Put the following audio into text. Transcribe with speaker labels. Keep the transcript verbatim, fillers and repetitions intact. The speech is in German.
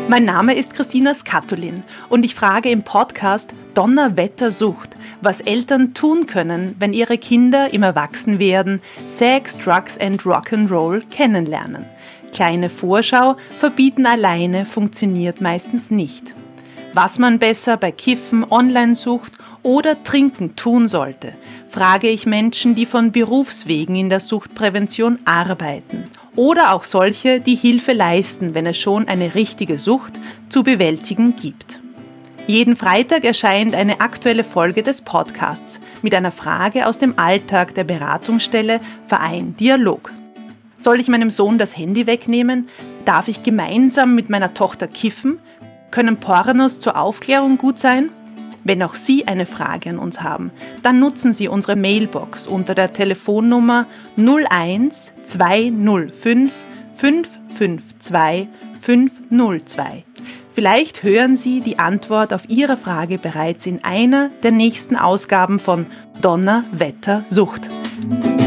Speaker 1: Mein Name ist Christina Skatulin und ich frage im Podcast Donnerwetter Sucht, was Eltern tun können, wenn ihre Kinder im Erwachsenwerden Sex, Drugs and Rock'n'Roll kennenlernen. Kleine Vorschau, verbieten alleine funktioniert meistens nicht. Was man besser bei Kiffen, Online-Sucht oder Trinken tun sollte, frage ich Menschen, die von Berufswegen in der Suchtprävention arbeiten. Oder auch solche, die Hilfe leisten, wenn es schon eine richtige Sucht zu bewältigen gibt. Jeden Freitag erscheint eine aktuelle Folge des Podcasts mit einer Frage aus dem Alltag der Beratungsstelle Verein Dialog. Soll ich meinem Sohn das Handy wegnehmen? Darf ich gemeinsam mit meiner Tochter kiffen? Können Pornos zur Aufklärung gut sein? Wenn auch Sie eine Frage an uns haben, dann nutzen Sie unsere Mailbox unter der Telefonnummer null eins zwei null fünf fünf fünf zwei fünf null zwei. Vielleicht hören Sie die Antwort auf Ihre Frage bereits in einer der nächsten Ausgaben von Donnerwetter Sucht.